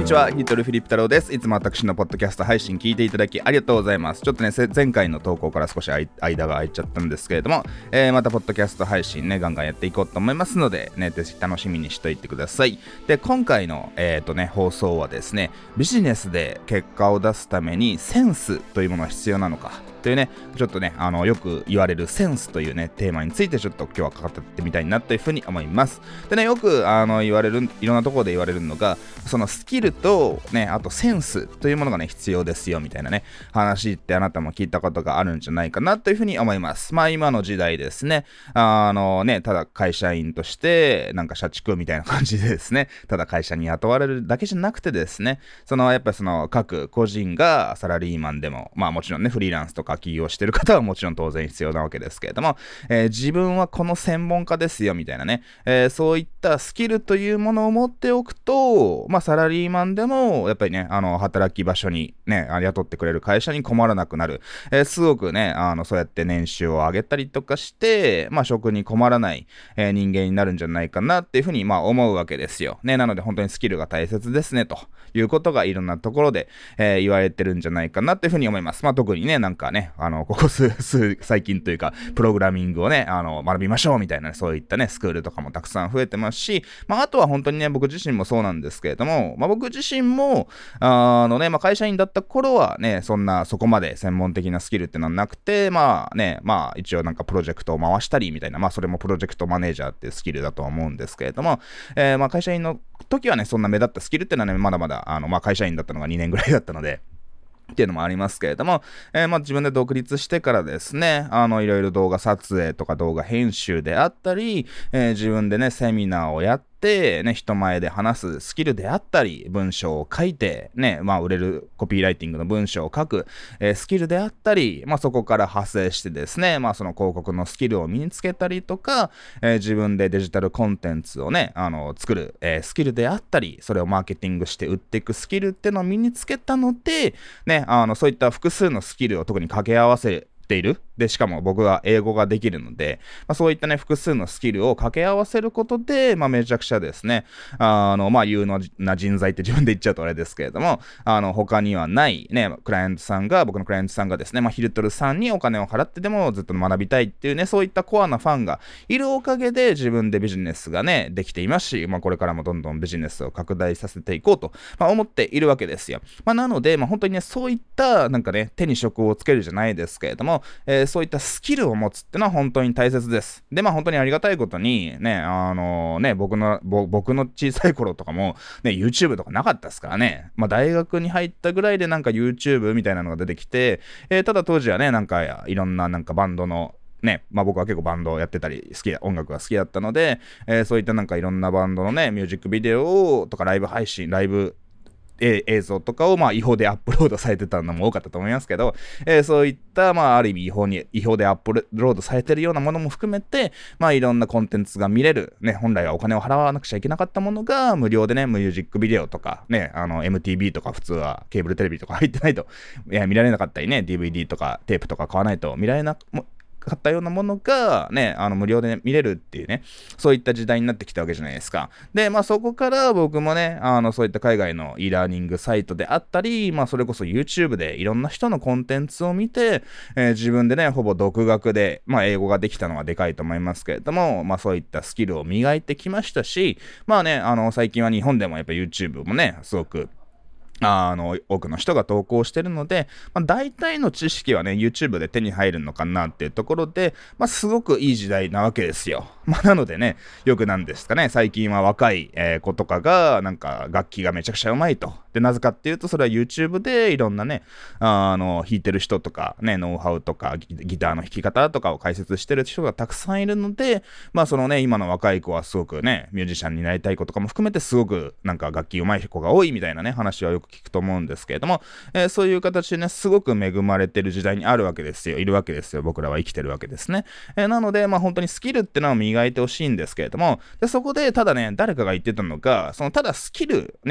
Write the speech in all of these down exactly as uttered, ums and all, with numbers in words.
にちは、ヒートルフィリップ太郎です。いつも私のポッドキャスト配信聞いていただきありがとうございます。ちょっとね、前回の投稿から少し間が空いちゃったんですけれども、えー、またポッドキャスト配信ね、ガンガンやっていこうと思いますので、ね、ぜひ楽しみにしておいてください。で、今回の、えーとね、放送はですね、ビジネスで結果を出すためにセンスというものは必要なのかというね、ちょっとね、あのよく言われるセンスというね、テーマについてちょっと今日は語ってみたいなというふうに思います。でね、よくあの言われる、いろんなところで言われるのが、そのスキルとね、あとセンスというものがね、必要ですよみたいなね、話ってあなたも聞いたことがあるんじゃないかなというふうに思います。まあ今の時代ですね、あのね、ただ会社員として、なんか社畜みたいな感じでですね、ただ会社に雇われるだけじゃなくてですね、そのやっぱりその各個人がサラリーマンでも、まあもちろんね、フリーランスとか起業してる方はもちろん当然必要なわけですけれども、えー、自分はこの専門家ですよみたいなね、えー、そういったスキルというものを持っておくと、まあサラリーマンでもやっぱりね、あの働き場所にね、雇ってくれる会社に困らなくなる、えー、すごくね、あのそうやって年収を上げたりとかして、まあ職に困らない、えー、人間になるんじゃないかなっていうふうにまあ思うわけですよね。なので本当にスキルが大切ですねということがいろんなところで、えー、言われてるんじゃないかなっていうふうに思います。まあ特にね、なんかね、あのここ数数最近というかプログラミングをね、あの学びましょうみたいな、ね、そういったねスクールとかもたくさん増えてますし、まああとは本当にね、僕自身もそうなんですけれども、まあ僕自身もあのね、まあ会社員だった頃はね、そんなそこまで専門的なスキルってのはなくて、まあね、まあ一応なんかプロジェクトを回したりみたいな、まあそれもプロジェクトマネージャーっていうスキルだとは思うんですけれども、えー、まあ会社員の時はね、そんな目立ったスキルってのはね、まだまだあのまあ会社員だったのがにねんぐらいだったので。っていうのもありますけれども、えー、まあ自分で独立してからですね、あのいろいろ動画撮影とか動画編集であったり、えー、自分でねセミナーをやってね、人前で話すスキルであったり、文章を書いてね、まあ売れるコピーライティングの文章を書く、えー、スキルであったり、まあそこから派生してですね、まあその広告のスキルを身につけたりとか、えー、自分でデジタルコンテンツをね、あの作る、えー、スキルであったり、それをマーケティングして売っていくスキルっていうのを身につけたので、ね、あのそういった複数のスキルを特に掛け合わせている。で、しかも僕は英語ができるので、まあ、そういったね、複数のスキルを掛け合わせることで、まあ、めちゃくちゃですね、あの、まあ、有能な人材って自分で言っちゃうとあれですけれども、あの、他にはないね、クライアントさんが、僕のクライアントさんがですね、まあ、ヒルトルさんにお金を払ってでもずっと学びたいっていうね、そういったコアなファンがいるおかげで、自分でビジネスがね、できていますし、まあ、これからもどんどんビジネスを拡大させていこうと、まあ、思っているわけですよ。まあ、なので、まあ、本当にね、そういった、なんかね、手に職をつけるじゃないですけれども、えーそういったスキルを持つってのは本当に大切です。で、まあ本当にありがたいことに、ね、あのー、ね、僕の、僕の小さい頃とかも、ね、YouTube とかなかったですからね。まあ大学に入ったぐらいでなんか YouTube みたいなのが出てきて、えー、ただ当時はね、なんかいろんななんかバンドの、ね、まあ僕は結構バンドをやってたり好き、音楽が好きだったので、えー、そういったなんかいろんなバンドのね、ミュージックビデオとかライブ配信、ライブえ映像とかをまあ違法でアップロードされてたのも多かったと思いますけど、えー、そういったまあある意味違法に違法でアップロードされてるようなものも含めて、まあいろんなコンテンツが見れるね、本来はお金を払わなくちゃいけなかったものが無料でね、ミュージックビデオとかね、あの エムティービー とか普通はケーブルテレビとか入ってないといや見られなかったりね、ディーブイディー とかテープとか買わないと見られなも買ったようなものがね、あの無料で、ね、見れるっていうね、そういった時代になってきたわけじゃないですか。で、まあそこから僕もね、あのそういった海外の e ラーニングサイトであったり、まあそれこそ YouTube でいろんな人のコンテンツを見て、えー、自分でね、ほぼ独学で、まあ英語ができたのはでかいと思いますけれども、まあそういったスキルを磨いてきましたし、まあね、あの最近は日本でもやっぱ YouTube もね、すごくあの多くの人が投稿してるので、まあ、大体の知識はね YouTube で手に入るのかなっていうところで、まあ、すごくいい時代なわけですよ。まあ、なのでね、よくなんですかね、最近は若い、えー、子とかがなんか楽器がめちゃくちゃうまいと。で、なぜかっていうと、それは YouTube でいろんなね、あの弾いてる人とかね、ノウハウとか ギ, ギターの弾き方とかを解説してる人がたくさんいるので、まあそのね、今の若い子はすごくね、ミュージシャンになりたい子とかも含めてすごくなんか楽器うまい子が多いみたいなね、話はよく聞くと思うんですけれども、えー、そういう形でね、すごく恵まれてる時代にあるわけですよ。いるわけですよ。僕らは生きてるわけですね。えー、なので、まあ本当にスキルってのは磨いてほしいんですけれども、でそこでただね、誰かが言ってたのが、そのただスキルね、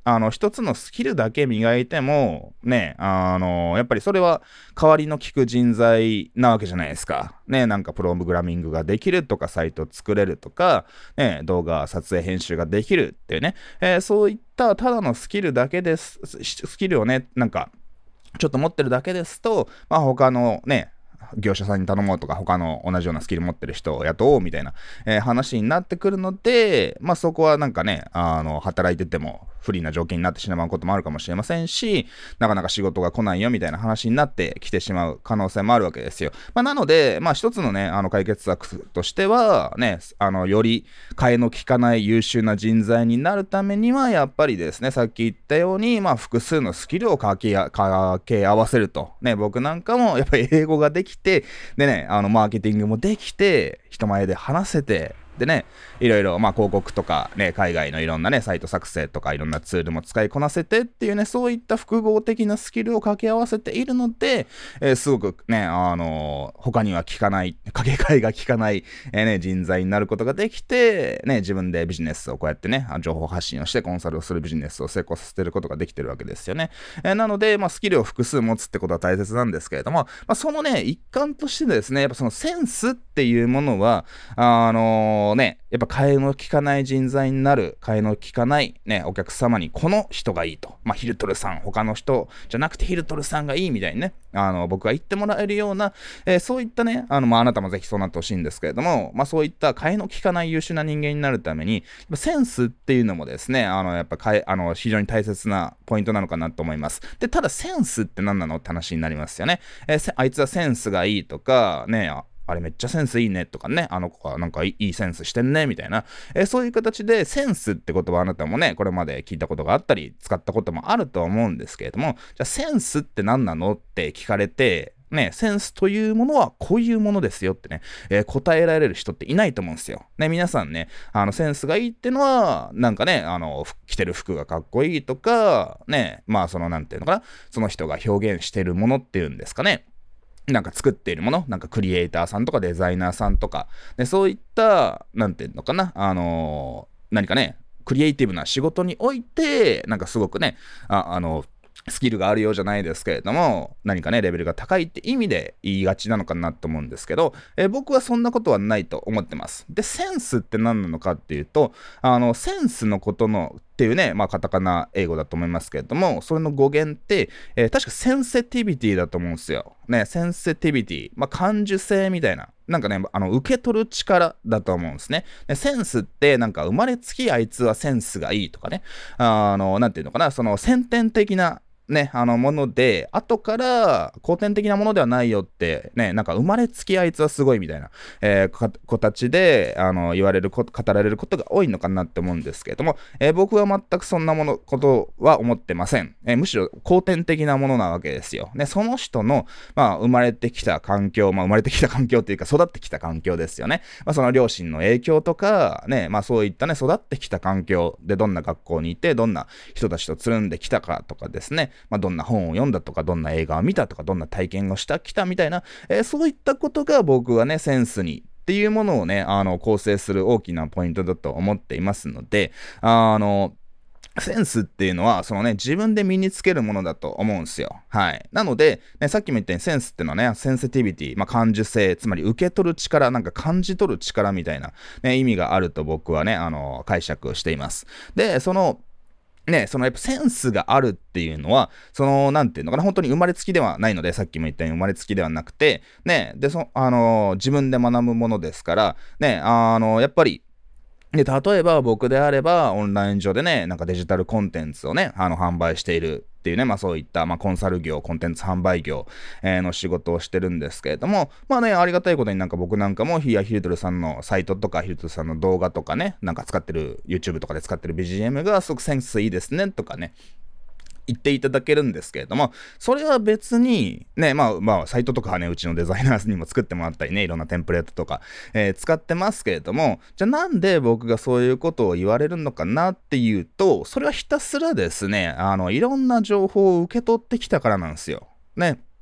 あの一つのスキルだけ磨いてもね、あのやっぱりそれは代わりの利く人材なわけじゃないですかね。なんかプログラミングができるとか、サイト作れるとかね、動画撮影編集ができるっていうね、えー、そういったただのスキルだけです。スキルをね、なんかちょっと持ってるだけですと、まあ他のね業者さんに頼もうとか、他の同じようなスキル持ってる人を雇おうみたいな、えー、話になってくるので、まあそこはなんかね、あの働いてても不利な条件になってしまうこともあるかもしれませんし、なかなか仕事が来ないよみたいな話になってきてしまう可能性もあるわけですよ。まあなので、まあ一つのね、あの解決策としてはね、あのより替えの利かない優秀な人材になるためには、やっぱりですね、さっき言ったように、まあ複数のスキルを掛け掛け合わせると。ね、僕なんかもやっぱり英語ができて、でね、あのマーケティングもできて、人前で話せて、でね、いろいろ、まあ、広告とか、ね、海外のいろんなね、サイト作成とか、いろんなツールも使いこなせてっていうね、そういった複合的なスキルを掛け合わせているので、えー、すごくね、あのー、他には効かない、掛け替えが効かない、えーね、人材になることができて、ね、自分でビジネスをこうやってね、情報発信をしてコンサルをするビジネスを成功させてることができてるわけですよね。えー、なので、まあ、スキルを複数持つってことは大切なんですけれども、まあ、そのね、一環としてですね、やっぱそのセンスっていうものは、あのーね、やっぱ替えの利かない人材になる、替えの利かないね、お客様にこの人がいいと。まあ、ヒルトルさん、他の人じゃなくてヒルトルさんがいいみたいにね、あの、僕が言ってもらえるような、えー、そういったね、あの、まあ、あなたもぜひそうなってほしいんですけれども、まあ、そういった替えの利かない優秀な人間になるために、センスっていうのもですね、あの、やっぱ替え、あの、非常に大切なポイントなのかなと思います。で、ただセンスって何なのって話になりますよね。えー、あいつはセンスがいいとか、ね、あれめっちゃセンスいいねとかね、あの子はなんかいいセンスしてんねみたいな、えー、そういう形でセンスって言葉あなたもね、これまで聞いたことがあったり、使ったこともあると思うんですけれども、じゃあセンスって何なのって聞かれて、ね、センスというものはこういうものですよってね、えー、答えられる人っていないと思うんですよ。ね、皆さんね、あのセンスがいいってのは、なんかね、あの、着てる服がかっこいいとか、ね、まあそのなんていうのかな、その人が表現してるものっていうんですかね。なんか作っているもの、なんかクリエイターさんとかデザイナーさんとか、でそういった、なんていうのかな、あのー、何かね、クリエイティブな仕事において、なんかすごくね、あ、あの、スキルがあるようじゃないですけれども、何かね、レベルが高いって意味で言いがちなのかなと思うんですけど、えー、僕はそんなことはないと思ってます。で、センスって何なのかっていうと、あの、センスのことの、っていうね、まあ、カタカナ英語だと思いますけれども、それの語源って、えー、確かセンセティビティだと思うんですよ。ね、センセティビティ、まあ、感受性みたいな。なんかね、あの、受け取る力だと思うんですね。でセンスって、なんか生まれつきあいつはセンスがいいとかね、あの、なんていうのかな、その先天的な、ね、あのもので、後から後天的なものではないよって、ね、なんか生まれつきあいつはすごいみたいな、えー、子たちで、あの、言われること、語られることが多いのかなって思うんですけれども、えー、僕は全くそんなもの、ことは思ってません。えー、むしろ後天的なものなわけですよ。ね、その人の、まあ、生まれてきた環境、まあ、生まれてきた環境っていうか、育ってきた環境ですよね。まあ、その両親の影響とか、ね、まあ、そういったね、育ってきた環境でどんな学校にいて、どんな人たちとつるんできたかとかですね、まあ、どんな本を読んだとか、どんな映画を見たとか、どんな体験をしたきたみたいな、えー、そういったことが僕はね、センスにっていうものをね、あの、構成する大きなポイントだと思っていますので、あの、センスっていうのは、そのね、自分で身につけるものだと思うんですよ。はい。なので、ね、さっきも言ったようにセンスっていうのはね、センシティビティ、まあ、感受性、つまり受け取る力、なんか感じ取る力みたいな、ね、意味があると僕はね、あの、解釈しています。で、その、ね、そのやっぱセンスがあるっていうのは、その、なんていうのかな、本当に生まれつきではないので、さっきも言ったように生まれつきではなくて、ね、で、そ、あのー、自分で学ぶものですから、ね、あのー、やっぱり、で、例えば僕であれば、オンライン上でね、なんかデジタルコンテンツをね、あの、販売しているっていうね、まあそういった、まあコンサル業、コンテンツ販売業、えー、の仕事をしてるんですけれども、まあね、ありがたいことになんか僕なんかも、ヒアヒルトルさんのサイトとか、ヒルトルさんの動画とかね、なんか使ってる、YouTube とかで使ってる ビージーエム がすごくセンスいいですね、とかね、言っていただけるんですけれども、それは別に、ね、まあまあ、サイトとかはね、うちのデザイナーにも作ってもらったりね、いろんなテンプレートとか、えー、使ってますけれども、じゃあなんで僕がそういうことを言われるのかなっていうと、それはひたすらですね、あの、いろんな情報を受け取ってきたからなんですよ。ね。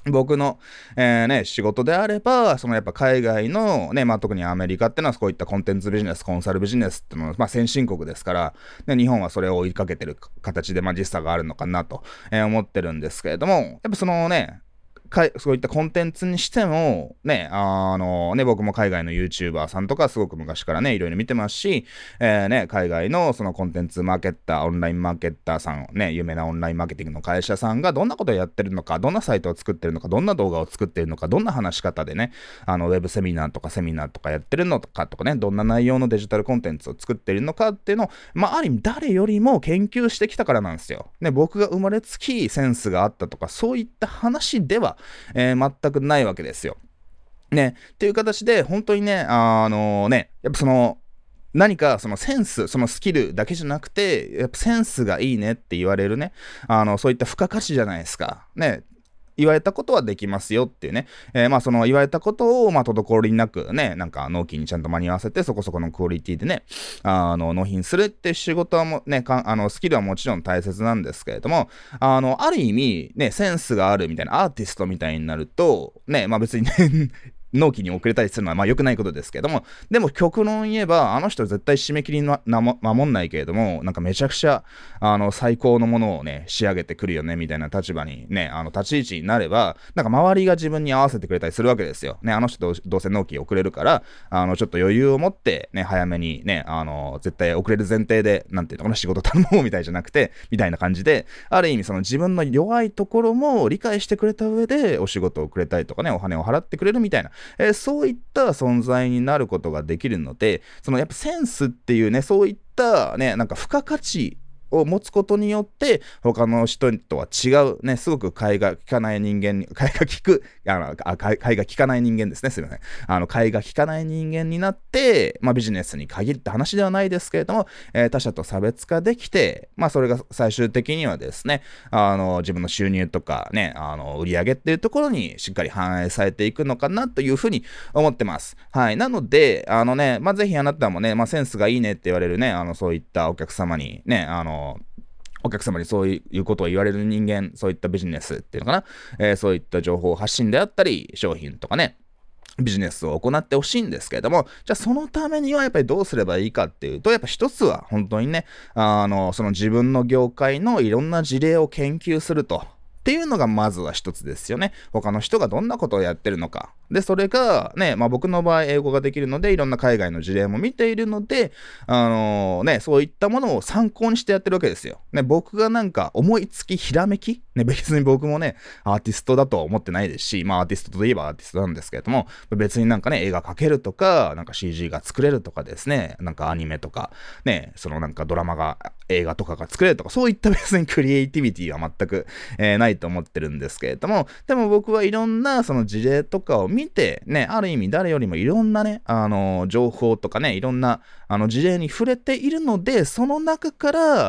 僕の、えーね、仕事であれば、そのやっぱ海外のね、まあ特にアメリカってのはこういったコンテンツビジネス、コンサルビジネスっていうのは、まあ先進国ですから、ね、日本はそれを追いかけてる形で、まあ時差があるのかなと、えー思ってるんですけれども、やっぱそのね、かいそういったコンテンツにしても、ね、あのね、僕も海外の YouTuber さんとかすごく昔からね、いろいろ見てますし、えー、ね、海外のそのコンテンツマーケッター、オンラインマーケッターさん、ね、有名なオンラインマーケティングの会社さんがどんなことをやってるのか、どんなサイトを作ってるのか、どんな動画を作ってるのか、どんな話し方でね、あの、ウェブセミナーとかセミナーとかやってるのかとかね、どんな内容のデジタルコンテンツを作ってるのかっていうのを、まあ、ある意味誰よりも研究してきたからなんですよ。ね、僕が生まれつきセンスがあったとか、そういった話では、えー、全くないわけですよ。ね、っていう形で、本当にね、あのね、やっぱその、何かそのセンス、そのスキルだけじゃなくて、やっぱセンスがいいねって言われるね、あの、そういった付加価値じゃないですか。ね。言われたことはできますよっていうね。えー、まあその言われたことを、まあ滞りなくね、なんか納期にちゃんと間に合わせて、そこそこのクオリティでね、あの、納品するっていう仕事はもね、かあの、スキルはもちろん大切なんですけれども、あの、ある意味、ね、センスがあるみたいなアーティストみたいになると、ね、まあ別にね、納期に遅れたりするのはまあ良くないことですけども、でも極論言えば、あの人絶対締め切りなな守んないけれども、なんかめちゃくちゃ、あの、最高のものをね、仕上げてくるよね、みたいな立場にね、あの、立ち位置になれば、なんか周りが自分に合わせてくれたりするわけですよ。ね、あの人どうせ納期遅れるから、あの、ちょっと余裕を持って、ね、早めにね、あの、絶対遅れる前提で、なんていうのかな、仕事頼もうみたいじゃなくて、みたいな感じで、ある意味その自分の弱いところも理解してくれた上で、お仕事をくれたりとかね、お金を払ってくれるみたいな、えー、そういった存在になることができるので、そのやっぱセンスっていうね、そういったね、なんか付加価値を持つことによって他の人とは違うね、すごく買いが利かない人間に、買いが利くあのあ買いが利かない人間ですね、すみません。あの買いが利かない人間になって、まあビジネスに限った話ではないですけれども、えー、他者と差別化できて、まあそれが最終的にはですね、あの自分の収入とかね、あの売り上げっていうところにしっかり反映されていくのかなというふうに思ってます。はい。なので、あのね、まあぜひあなたもね、まあセンスがいいねって言われるね、あのそういったお客様にね、あのお客様にそういうことを言われる人間、そういったビジネスっていうのかな、えー、そういった情報発信であったり、商品とかね、ビジネスを行ってほしいんですけれども、じゃあそのためにはやっぱりどうすればいいかっていうと、やっぱ一つは本当にね、あの、その自分の業界のいろんな事例を研究すると。っていうのがまずは一つですよね。他の人がどんなことをやってるのか。で、それがね、まあ僕の場合英語ができるので、いろんな海外の事例も見ているので、あのー、ね、そういったものを参考にしてやってるわけですよ。ね、僕がなんか思いつきひらめきね、別に僕もね、アーティストだとは思ってないですし、まあアーティストといえばアーティストなんですけれども、別になんかね、映画描けるとか、なんか シージー が作れるとかですね、なんかアニメとか、ね、そのなんかドラマが、映画とかが作れるとか、そういった別にクリエイティビティは全く、えー、ないと思ってるんですけれども、でも僕はいろんなその事例とかを見て、ね、ある意味誰よりもいろんなね、あのー、情報とかね、いろんなあの事例に触れているので、その中から、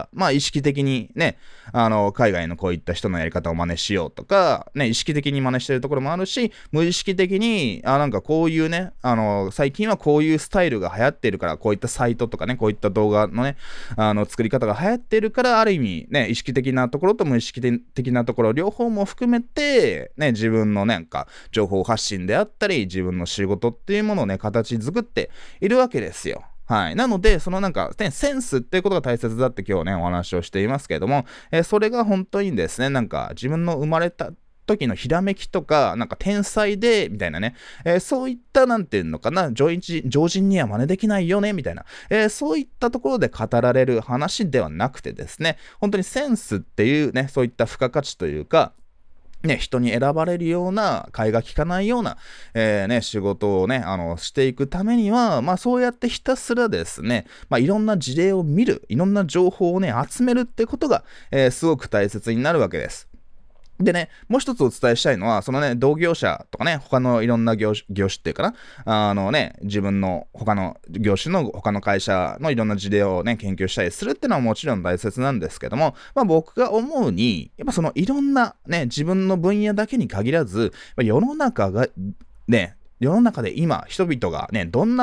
まあ意識的にね、あのー、海外のこういった人のやり方を真似しようとか、ね、意識的に真似してるところもあるし、無意識的に、あ、なんかこういうね、あのー、最近はこういうスタイルが流行っているから、こういったサイトとかね、こういった動画のね、あの、作り方が流行っているから、ある意味ね、意識的なところと無意識的なところ、両方も含めて、ね、自分のなんか、情報発信であったり、自分の仕事っていうものをね、形作っているわけですよ。はい。なので、そのなんか、ね、センスっていうことが大切だって今日ね、お話をしていますけれども、えー、それが本当にですね、なんか、自分の生まれた時のひらめきとか、なんか天才で、みたいなね、えー、そういったなんていうのかな、常人、常人には真似できないよね、みたいな、えー、そういったところで語られる話ではなくてですね、本当にセンスっていうね、そういった付加価値というか、ね、人に選ばれるような、替えが利かないような、えー、ね、仕事をね、あの、していくためには、まあそうやってひたすらですね、まあいろんな事例を見る、いろんな情報をね、集めるってことが、えー、すごく大切になるわけです。でね、もう一つお伝えしたいのは、そのね、同業者とかね、他のいろんな業種、業種っていうかな、あのね、自分の他の業種の他の会社のいろんな事例をね、研究したりするっていうのはもちろん大切なんですけども、まあ僕が思うに、やっぱそのいろんなね、自分の分野だけに限らず、世の中が、ね、世の中で今、人々がね、どんな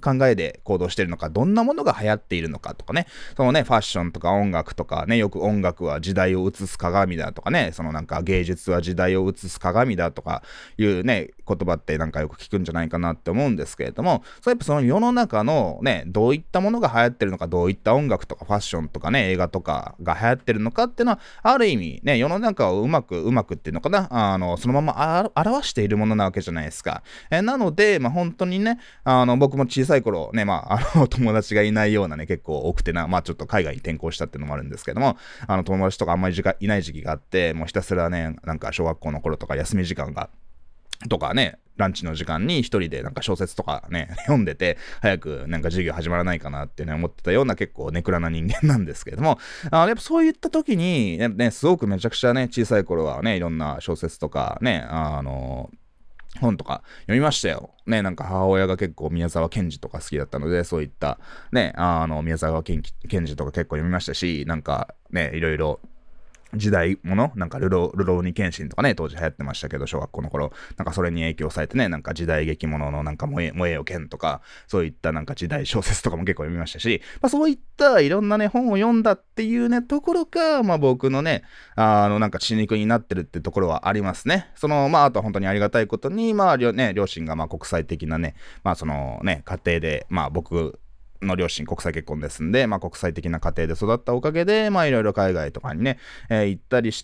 考えで行動しているのか、どんなものが流行っているのかとかね、そのね、ファッションとか音楽とかね、よく音楽は時代を映す鏡だとかね、そのなんか芸術は時代を映す鏡だとかいうね、言葉ってなんかよく聞くんじゃないかなって思うんですけれども、そうやっぱその世の中のね、どういったものが流行ってるのか、どういった音楽とかファッションとかね、映画とかが流行ってるのかっていうのは、ある意味ね、世の中をうまくうまくっていうのかな、あの、そのまま表しているものなわけじゃないですか。えー、なので、まあ本当にね、あの、僕も小さい頃ね、まあ、あの、友達がいないようなね、結構多くてな、まあちょっと海外に転校したっていうのもあるんですけども、あの、友達とかあんまりいない時期があって、もうひたすらね、なんか小学校の頃とか休み時間が、とかね、ランチの時間に一人でなんか小説とかね、読んでて、早くなんか授業始まらないかなってね、思ってたような結構ネクラな人間なんですけれども、あのやっぱそういった時に、ね、すごくめちゃくちゃね、小さい頃はね、いろんな小説とかね、あの、本とか読みましたよ。ね、なんか母親が結構宮沢賢治とか好きだったので、そういったね、あの、宮沢賢治とか結構読みましたし、なんかね、いろいろ、時代ものなんかルロ、ルローニケンシンとかね、当時流行ってましたけど、小学校の頃、なんかそれに影響されてね、なんか時代劇もののなんか燃え、燃えよ剣とか、そういったなんか時代小説とかも結構読みましたし、まあそういったいろんなね、本を読んだっていうね、ところが、まあ僕のね、あの、なんか血肉になってるってところはありますね。その、まああとは本当にありがたいことに、まあ、ね、両親がまあ国際的なね、まあそのね、家庭で、まあ僕、の両親国際結婚ですんで、まあ国際的な家庭で育ったおかげで、まあいろいろ海外とかにね、えー、行ったりして、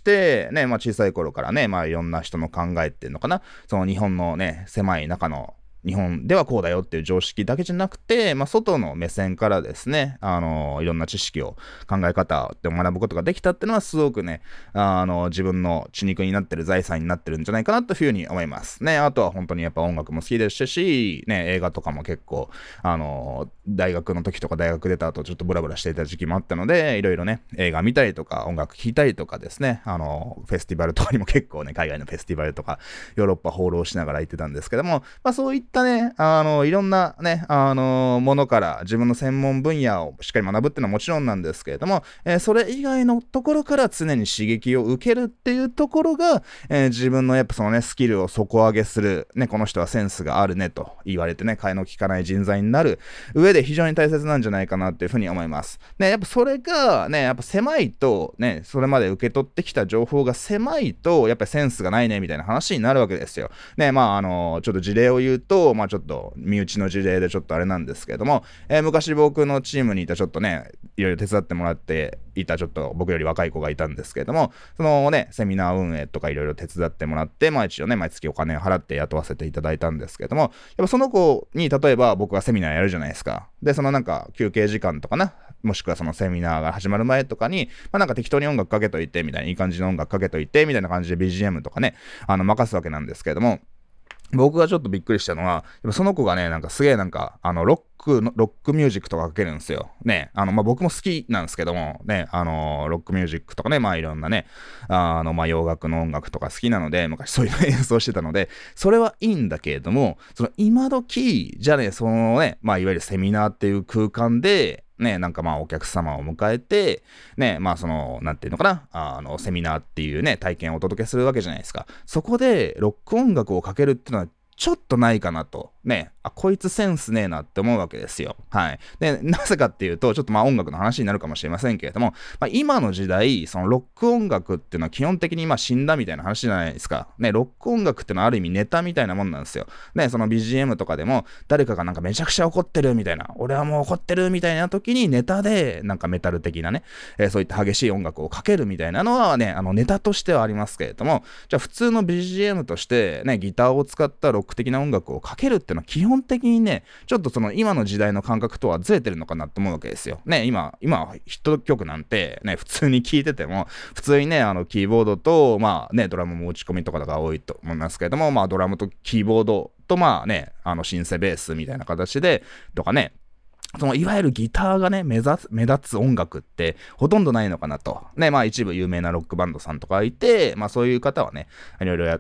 ね、まあ小さい頃からね、まあいろんな人の考えっていうのかな、その日本のね、狭い中の日本ではこうだよっていう常識だけじゃなくて、まあ、外の目線からですね、あのー、いろんな知識を考え方で学ぶことができたっていうのはすごくね、あのー、自分の血肉になってる財産になってるんじゃないかなというふうに思いますね。あとは本当にやっぱ音楽も好きですし、ね、映画とかも結構、あのー、大学の時とか大学出た後ちょっとブラブラしていた時期もあったので、いろいろね、映画見たりとか音楽聴いたりとかですね、あのー、フェスティバルとかにも結構ね、海外のフェスティバルとかヨーロッパ放浪しながら行ってたんですけども、まあそういったったね、あの、いろんなね、あの、ものから自分の専門分野をしっかり学ぶっていうのはもちろんなんですけれども、えー、それ以外のところから常に刺激を受けるっていうところが、えー、自分のやっぱそのね、スキルを底上げする、ね、この人はセンスがあるねと言われてね、替えの利かない人材になる上で非常に大切なんじゃないかなっていうふうに思います。ね、やっぱそれがね、やっぱ狭いと、ね、それまで受け取ってきた情報が狭いと、やっぱりセンスがないねみたいな話になるわけですよ。ね、まああの、ちょっと事例を言うと、まあちょっと身内の事例でちょっとあれなんですけれども、えー、昔僕のチームにいたちょっとね、いろいろ手伝ってもらっていたちょっと僕より若い子がいたんですけれども、そのね、セミナー運営とかいろいろ手伝ってもらって、まあ一応ね、毎月お金を払って雇わせていただいたんですけれども、やっぱその子に例えば僕がセミナーやるじゃないですか。で、そのなんか休憩時間とかな、もしくはそのセミナーが始まる前とかに、まあなんか適当に音楽かけといてみたいな、いい感じの音楽かけといてみたいな感じで ビージーエム とかね、あの任すわけなんですけれども、僕がちょっとびっくりしたのは、その子がね、なんかすげえなんか、あの、ロックの、ロックミュージックとかかけるんですよ。ね、あの、まあ、僕も好きなんですけども、ね、あの、ロックミュージックとかね、まあ、いろんなね、あの、まあ、洋楽の音楽とか好きなので、昔そういう演奏してたので、それはいいんだけれども、その今時、じゃあね、そのね、まあ、いわゆるセミナーっていう空間で、ね、なんかまあお客様を迎えて、ね、まあその、なんていうのかな、あの、セミナーっていうね、体験をお届けするわけじゃないですか。そこでロック音楽をかけるっていうのは、ちょっとないかなと。ね、あ、こいつセンスねえなって思うわけですよ。はい。で、なぜかっていうと、ちょっとまあ音楽の話になるかもしれませんけれども、まあ今の時代、そのロック音楽っていうのは基本的にまあ死んだみたいな話じゃないですか。ね、ロック音楽っていうのはある意味ネタみたいなもんなんですよ。ね、その ビージーエム とかでも、誰かがなんかめちゃくちゃ怒ってるみたいな、俺はもう怒ってるみたいな時にネタで、なんかメタル的なね、えー、そういった激しい音楽をかけるみたいなのはね、あのネタとしてはありますけれども、じゃあ普通の ビージーエム としてね、ギターを使ったロック的な音楽をかけるっていうのは基本的にね、ちょっとその今の時代の感覚とはずれてるのかなと思うわけですよ。ね、今、今、ヒット曲なんてね、普通に聴いてても、普通にね、あの、キーボードと、まあね、ドラムも打ち込みとかが多いと思いますけれども、まあドラムとキーボードと、まあね、あの、シンセベースみたいな形で、とかね、そのいわゆるギターがね、目立つ、目立つ音楽ってほとんどないのかなと。ね、まあ一部有名なロックバンドさんとかいて、まあそういう方はね、いろいろや、ね、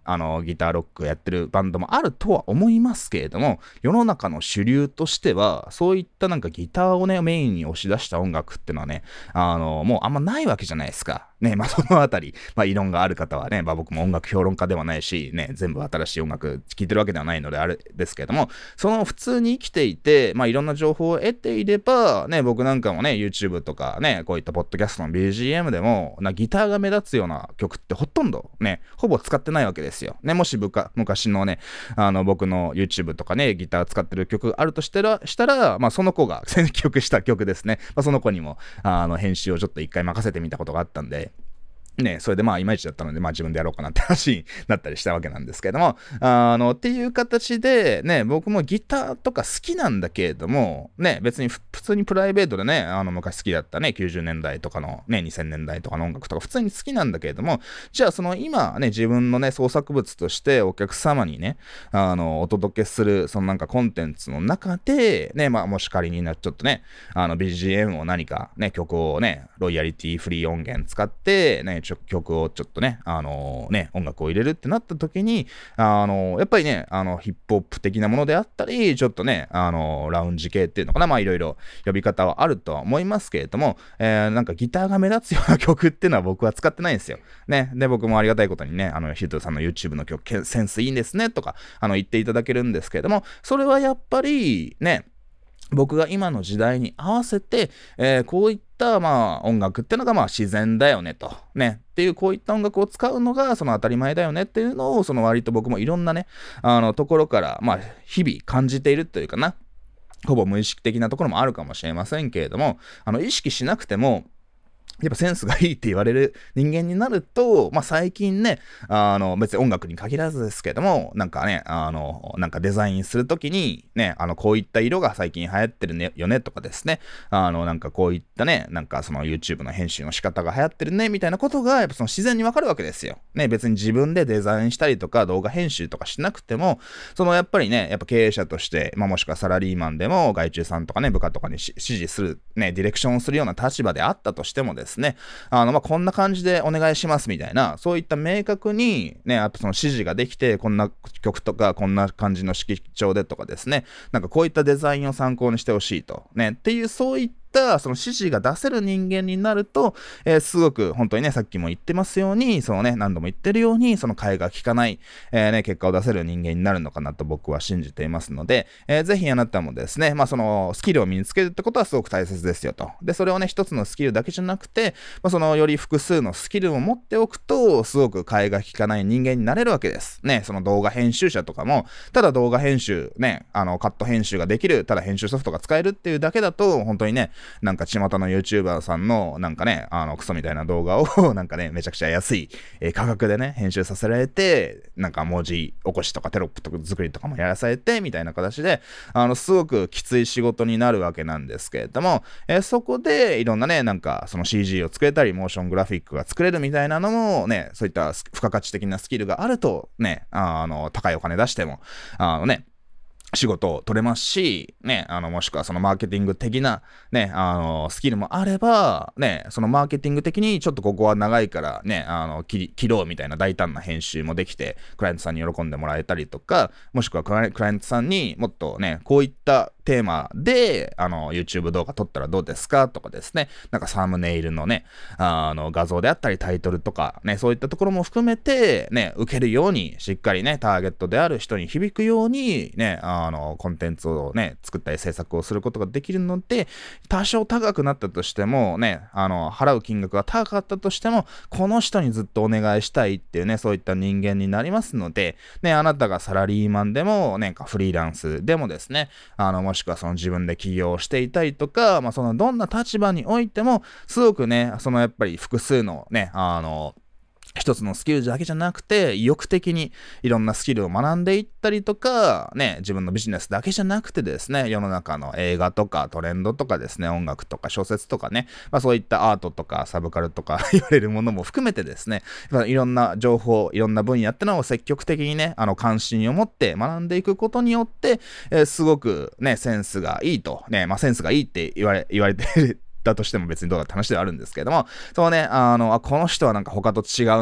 あのギターロックやってるバンドもあるとは思いますけれども、世の中の主流としてはそういったなんかギターをねメインに押し出した音楽ってのはね、あのもうあんまないわけじゃないですかね。まあそのあたり、まあ異論がある方はね、まあ僕も音楽評論家ではないしね、全部新しい音楽聴いてるわけではないのであれですけれども、その普通に生きていて、まあいろんな情報を得ていればね、僕なんかもね YouTube とかね、こういったポッドキャストの ビージーエム でもなギターが目立つような曲ってほとんどね、ほぼ使ってないわけですよね。もし昔のね、あの僕の YouTube とかね、ギター使ってる曲あるとしたら、したらまあその子が選曲した曲ですね。まあその子にもあの編集をちょっと一回任せてみたことがあったんで、ね、それでまあいまいちだったので、まあ自分でやろうかなって話になったりしたわけなんですけれども、あのっていう形でね、僕もギターとか好きなんだけれどもね、別に普通にプライベートでね、あの昔好きだったねきゅうじゅうねんだいとかのねにせんねんだいとかの音楽とか普通に好きなんだけれども、じゃあその今ね自分のね創作物としてお客様にねあのお届けするそのなんかコンテンツの中でね、まあもし仮になちょっとねあの ビージーエム を何かね曲をねロイヤリティフリー音源使ってね曲をちょっとね、あのー、ね、音楽を入れるってなった時に、あのー、やっぱりね、あの、ヒップホップ的なものであったり、ちょっとね、あのー、ラウンジ系っていうのかな、まあいろいろ呼び方はあるとは思いますけれども、えー、なんかギターが目立つような曲っていうのは僕は使ってないんですよ。ね。で、僕もありがたいことにね、あの、ヒュートさんの YouTube の曲、センスいいんですね、とか、あの、言っていただけるんですけれども、それはやっぱり、ね、僕が今の時代に合わせて、えー、こういったまあ音楽っていうのがまあ自然だよねとねっていうこういった音楽を使うのがその当たり前だよねっていうのをその割と僕もいろんなねあのところからまあ日々感じているというかな、ほぼ無意識的なところもあるかもしれませんけれども、あの意識しなくてもやっぱセンスがいいって言われる人間になると、まあ最近ね、あの別に音楽に限らずですけども、なんかね、あのなんかデザインするときにね、あのこういった色が最近流行ってるねよねとかですね、あのなんかこういったね、なんかその YouTube の編集の仕方が流行ってるねみたいなことがやっぱその自然にわかるわけですよ。ね、別に自分でデザインしたりとか動画編集とかしなくても、そのやっぱりね、やっぱ経営者として、まあもしくはサラリーマンでも外注さんとかね部下とかに指示するねディレクションをするような立場であったとしてもですね、あのまあこんな感じでお願いしますみたいな、そういった明確にねやっぱその指示ができて、こんな曲とかこんな感じの色調でとかですね、なんかこういったデザインを参考にしてほしいとねっていうそういったその指示が出せる人間になると、えー、すごく本当にねさっきも言ってますように、そのね何度も言ってるようにその替えが利かない、えー、ね結果を出せる人間になるのかなと僕は信じていますので、えー、ぜひあなたもですね、まあそのスキルを身につけるってことはすごく大切ですよと。でそれをね一つのスキルだけじゃなくて、まあ、そのより複数のスキルを持っておくとすごく替えが利かない人間になれるわけですね。その動画編集者とかもただ動画編集ね、あのカット編集ができる、ただ編集ソフトが使えるっていうだけだと本当にねなんか巷の YouTuber さんのなんかねあのクソみたいな動画をなんかねめちゃくちゃ安い、えー、価格でね編集させられて、なんか文字起こしとかテロップとか作りとかもやらされてみたいな形で、あのすごくきつい仕事になるわけなんですけれども、えー、そこでいろんなねなんかその シージー を作れたりモーショングラフィックが作れるみたいなのもね、そういった付加価値的なスキルがあるとね、あの高いお金出してもあのね仕事を取れますし、ね、あの、もしくはそのマーケティング的な、ね、あの、スキルもあれば、ね、そのマーケティング的にちょっとここは長いから、ね、あの、切り、切ろうみたいな大胆な編集もできて、クライアントさんに喜んでもらえたりとか、もしくはクライアントさんにもっとね、こういったテーマで、あの、YouTube 動画撮ったらどうですかとかですね、なんかサムネイルのね、あの、画像であったりタイトルとか、ね、そういったところも含めて、ね、受けるように、しっかりね、ターゲットである人に響くように、ね、あの、コンテンツをね、作ったり制作をすることができるので、多少高くなったとしても、ね、あの、払う金額が高かったとしても、この人にずっとお願いしたいっていうね、そういった人間になりますので、ね、あなたがサラリーマンでも、ね、フリーランスでもですね、あの、もしくはその自分で起業していたりとか、まあ、そのどんな立場においても、すごくね、そのやっぱり複数のね、あの、一つのスキルだけじゃなくて、意欲的にいろんなスキルを学んでいったりとか、ね、自分のビジネスだけじゃなくてですね、世の中の映画とかトレンドとかですね、音楽とか小説とかね、まあそういったアートとかサブカルとか言われるものも含めてですね、いろんな情報、いろんな分野ってのを積極的にね、あの関心を持って学んでいくことによって、えー、すごくね、センスがいいと、ね、まあセンスがいいって言われ、言われてるだとしても別にどうだって話ではあるんですけれども、そうね、あの、あこの人はなんか他と違うなと。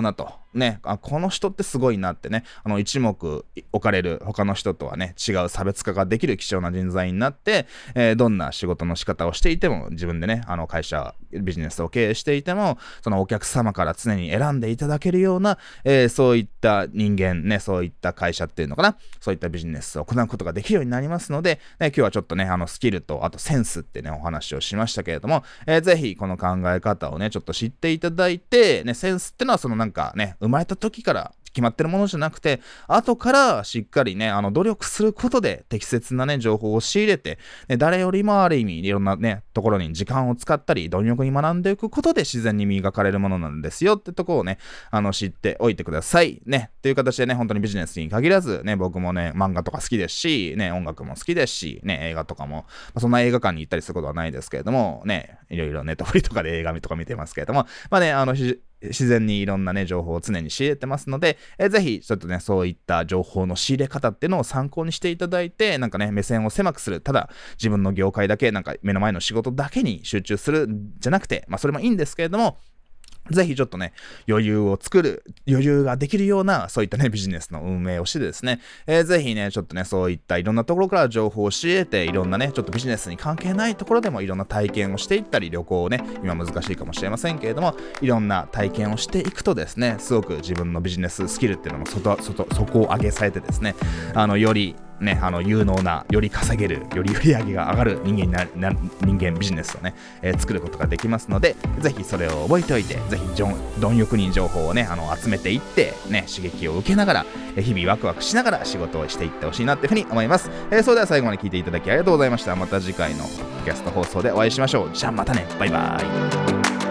ね、あこの人ってすごいなってね、あの一目置かれる他の人とはね違う差別化ができる貴重な人材になって、えー、どんな仕事の仕方をしていても、自分でねあの会社ビジネスを経営していても、そのお客様から常に選んでいただけるような、えー、そういった人間ね、そういった会社っていうのかな、そういったビジネスを行うことができるようになりますので、ね、今日はちょっとねあのスキルとあとセンスってねお話をしましたけれども、えー、ぜひこの考え方をねちょっと知っていただいて、ね、センスってのはそのなんかね生まれた時から決まってるものじゃなくて、後からしっかりね、あの努力することで適切なね、情報を仕入れて、ね、誰よりもある意味いろんなね、ところに時間を使ったり、貪欲に学んでいくことで自然に磨かれるものなんですよってところをね、あの知っておいてください。ね、っていう形でね、本当にビジネスに限らず、ね、僕もね、漫画とか好きですし、ね、音楽も好きですし、ね、映画とかも、まあ、そんな映画館に行ったりすることはないですけれども、ね、いろいろネットフリとかで映画とか見てますけれども、まあね、あの、自然にいろんなね情報を常に仕入れてますので、えー、ぜひちょっとねそういった情報の仕入れ方っていうのを参考にしていただいて、なんかね目線を狭くする、ただ自分の業界だけなんか目の前の仕事だけに集中するんじゃなくて、まあそれもいいんですけれども、ぜひちょっとね余裕を作る余裕ができるようなそういったねビジネスの運営をしてですね、えー、ぜひねちょっとねそういったいろんなところから情報を仕入れて、いろんなねちょっとビジネスに関係ないところでもいろんな体験をしていったり、旅行をね今難しいかもしれませんけれども、いろんな体験をしていくとですね、すごく自分のビジネススキルっていうのも外外底を上げされてですね、あのよりね、あの有能な、より稼げる、より売り上げが上がる人間になな人間ビジネスをね、えー、作ることができますので、ぜひそれを覚えておいて、ぜひ貪欲に情報をねあの集めていってね、刺激を受けながら、えー、日々ワクワクしながら仕事をしていってほしいなっていうふうに思います。えー、それでは最後まで聞いていただきありがとうございました。また次回のポッドキャスト放送でお会いしましょう。じゃあまたね、バイバーイ。